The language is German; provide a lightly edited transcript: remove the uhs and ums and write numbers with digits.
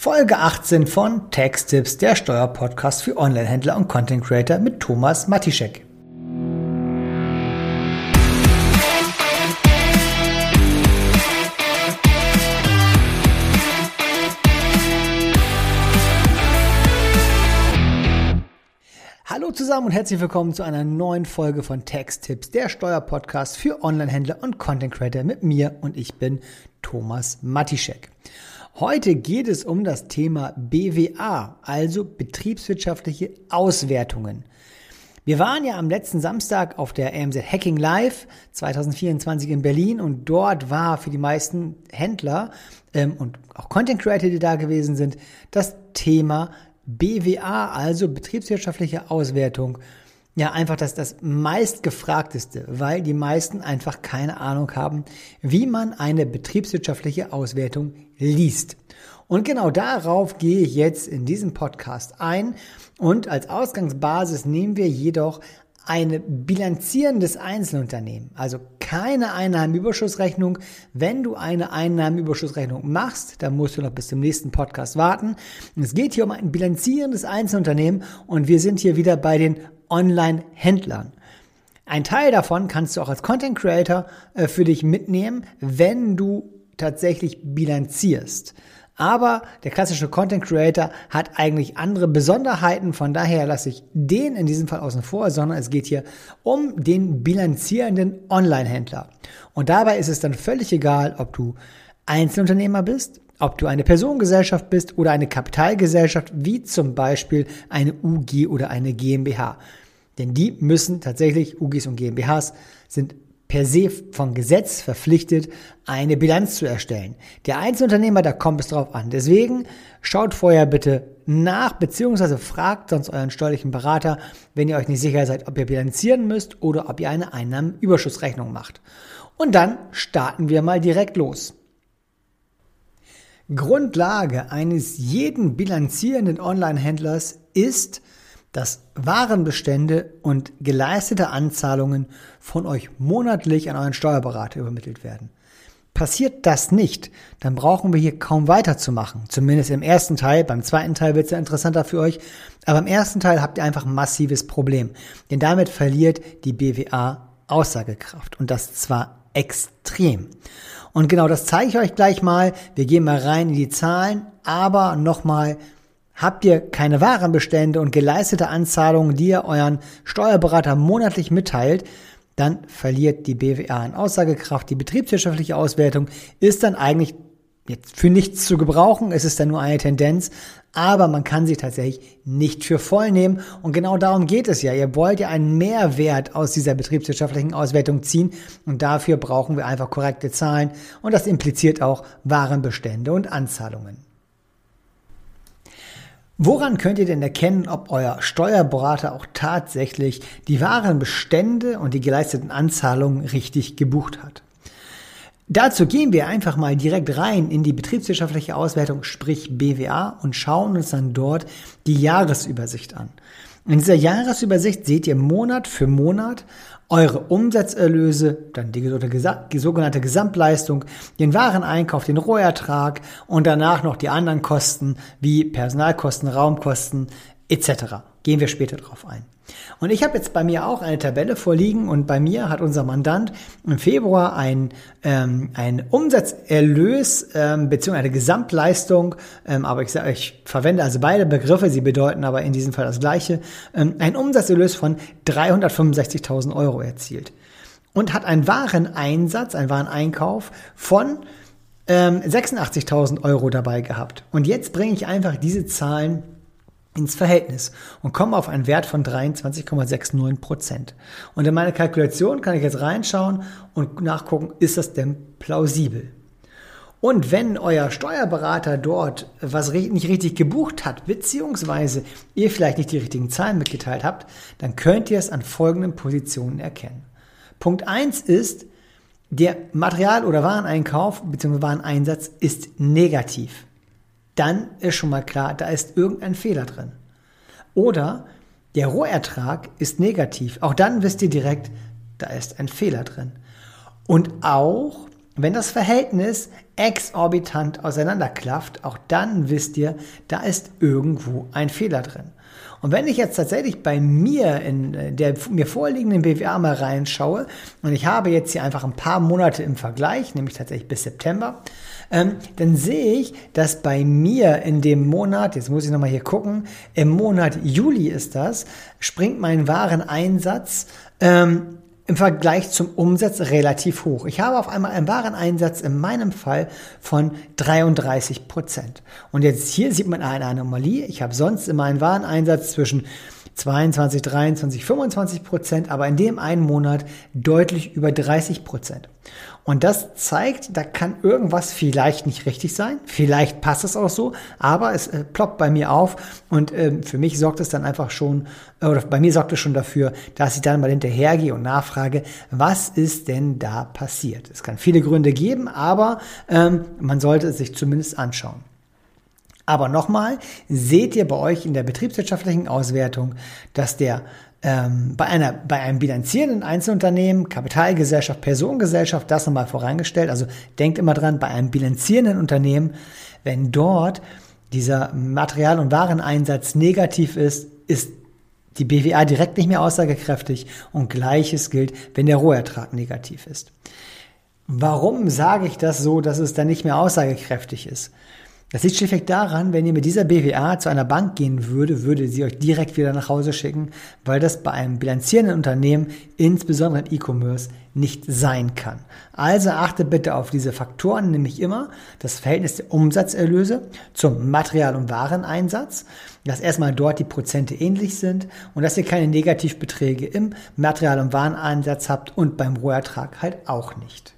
Folge 18 von Tax-Tipps, der Steuerpodcast für Online-Händler und Content Creator mit Thomas Matischek. Hallo zusammen und herzlich willkommen zu einer neuen Folge von Tax-Tipps, der Steuerpodcast für Online-Händler und Content Creator mit mir, und ich bin Thomas Matischek. Heute geht es um das Thema BWA, also betriebswirtschaftliche Auswertungen. Wir waren ja am letzten Samstag auf der AMZ Hacking Live 2024 in Berlin, und dort war für die meisten Händler und auch Content Creator, die da gewesen sind, das Thema BWA, also betriebswirtschaftliche Auswertung, ja einfach das meistgefragteste, weil die meisten einfach keine Ahnung haben, wie man eine betriebswirtschaftliche Auswertung liest. Und genau darauf gehe ich jetzt in diesem Podcast ein, und als Ausgangsbasis nehmen wir jedoch eine bilanzierendes Einzelunternehmen, also keine Einnahmenüberschussrechnung. Wenn du eine Einnahmenüberschussrechnung machst, dann musst du noch bis zum nächsten Podcast warten. Es geht hier um ein bilanzierendes Einzelunternehmen, und wir sind hier wieder bei den Online-Händlern. Ein Teil davon kannst du auch als Content Creator für dich mitnehmen, wenn du tatsächlich bilanzierst. Aber der klassische Content Creator hat eigentlich andere Besonderheiten, von daher lasse ich den in diesem Fall außen vor, sondern es geht hier um den bilanzierenden Online-Händler. Und dabei ist es dann völlig egal, ob du Einzelunternehmer bist, ob du eine Personengesellschaft bist oder eine Kapitalgesellschaft, wie zum Beispiel eine UG oder eine GmbH. Denn die müssen tatsächlich, UGs und GmbHs sind per se von Gesetz verpflichtet, eine Bilanz zu erstellen. Der Einzelunternehmer, da kommt es drauf an. Deswegen schaut vorher bitte nach, beziehungsweise fragt sonst euren steuerlichen Berater, wenn ihr euch nicht sicher seid, ob ihr bilanzieren müsst oder ob ihr eine Einnahmenüberschussrechnung macht. Und dann starten wir mal direkt los. Grundlage eines jeden bilanzierenden Online-Händlers ist, dass Warenbestände und geleistete Anzahlungen von euch monatlich an euren Steuerberater übermittelt werden. Passiert das nicht, dann brauchen wir hier kaum weiterzumachen. Zumindest im ersten Teil. Beim zweiten Teil wird es ja interessanter für euch. Aber im ersten Teil habt ihr einfach ein massives Problem. Denn damit verliert die BWA Aussagekraft. Und das zwar extrem. Und genau das zeige ich euch gleich mal. Wir gehen mal rein in die Zahlen. Aber nochmal: Habt ihr keine Warenbestände und geleistete Anzahlungen, die ihr euren Steuerberater monatlich mitteilt, dann verliert die BWA an Aussagekraft. Die betriebswirtschaftliche Auswertung ist dann eigentlich jetzt für nichts zu gebrauchen. Es ist dann nur eine Tendenz, aber man kann sie tatsächlich nicht für voll nehmen. Und genau darum geht es ja. Ihr wollt ja einen Mehrwert aus dieser betriebswirtschaftlichen Auswertung ziehen, und dafür brauchen wir einfach korrekte Zahlen, und das impliziert auch Warenbestände und Anzahlungen. Woran könnt ihr denn erkennen, ob euer Steuerberater auch tatsächlich die Warenbestände und die geleisteten Anzahlungen richtig gebucht hat? Dazu gehen wir einfach mal direkt rein in die betriebswirtschaftliche Auswertung, sprich BWA, und schauen uns dann dort die Jahresübersicht an. In dieser Jahresübersicht seht ihr Monat für Monat eure Umsatzerlöse, dann die sogenannte Gesamtleistung, den Wareneinkauf, den Rohertrag und danach noch die anderen Kosten wie Personalkosten, Raumkosten etc. Gehen wir später drauf ein. Und ich habe jetzt bei mir auch eine Tabelle vorliegen, und bei mir hat unser Mandant im Februar ein Umsatzerlös bzw. eine Gesamtleistung, aber ich verwende also beide Begriffe, sie bedeuten aber in diesem Fall das Gleiche, ein Umsatzerlös von 365.000 Euro erzielt und hat einen Wareneinsatz, einen Wareneinkauf von 86.000 Euro dabei gehabt. Und jetzt bringe ich einfach diese Zahlen ins Verhältnis und komme auf einen Wert von 23,69%. Und in meine Kalkulation kann ich jetzt reinschauen und nachgucken, ist das denn plausibel? Und wenn euer Steuerberater dort was nicht richtig gebucht hat, beziehungsweise ihr vielleicht nicht die richtigen Zahlen mitgeteilt habt, dann könnt ihr es an folgenden Positionen erkennen. Punkt 1 ist, der Material- oder Wareneinkauf bzw. Wareneinsatz ist negativ. Dann ist schon mal klar, da ist irgendein Fehler drin. Oder der Rohertrag ist negativ. Auch dann wisst ihr direkt, da ist ein Fehler drin. Und auch Wenn das Verhältnis exorbitant auseinanderklafft, auch dann wisst ihr, da ist irgendwo ein Fehler drin. Und wenn ich jetzt tatsächlich bei mir in der mir vorliegenden BWA mal reinschaue, und ich habe jetzt hier einfach ein paar Monate im Vergleich, nämlich tatsächlich bis September, dann sehe ich, dass bei mir in dem Monat, jetzt muss ich nochmal hier gucken, im Monat Juli ist das, springt mein Wareneinsatz im Vergleich zum Umsatz relativ hoch. Ich habe auf einmal einen Wareneinsatz in meinem Fall von 33%. Und jetzt hier sieht man eine Anomalie. Ich habe sonst immer einen Wareneinsatz zwischen 22, 23, 25%, aber in dem einen Monat deutlich über 30%. Und das zeigt, da kann irgendwas vielleicht nicht richtig sein. Vielleicht passt es auch so, aber es ploppt bei mir auf und für mich sorgt es dann einfach schon, oder bei mir sorgt es schon dafür, dass ich dann mal hinterhergehe und nachfrage, was ist denn da passiert? Es kann viele Gründe geben, aber man sollte es sich zumindest anschauen. Aber nochmal, seht ihr bei euch in der betriebswirtschaftlichen Auswertung, dass der bei einem bilanzierenden Einzelunternehmen, Kapitalgesellschaft, Personengesellschaft, das nochmal vorangestellt, also denkt immer dran, bei einem bilanzierenden Unternehmen, wenn dort dieser Material- und Wareneinsatz negativ ist, ist die BWA direkt nicht mehr aussagekräftig und Gleiches gilt, wenn der Rohertrag negativ ist. Warum sage ich das so, dass es dann nicht mehr aussagekräftig ist? Das liegt schlichtweg daran, wenn ihr mit dieser BWA zu einer Bank gehen würde sie euch direkt wieder nach Hause schicken, weil das bei einem bilanzierenden Unternehmen, insbesondere im E-Commerce, nicht sein kann. Also achtet bitte auf diese Faktoren, nämlich immer das Verhältnis der Umsatzerlöse zum Material- und Wareneinsatz, dass erstmal dort die Prozente ähnlich sind und dass ihr keine Negativbeträge im Material- und Wareneinsatz habt und beim Rohertrag halt auch nicht.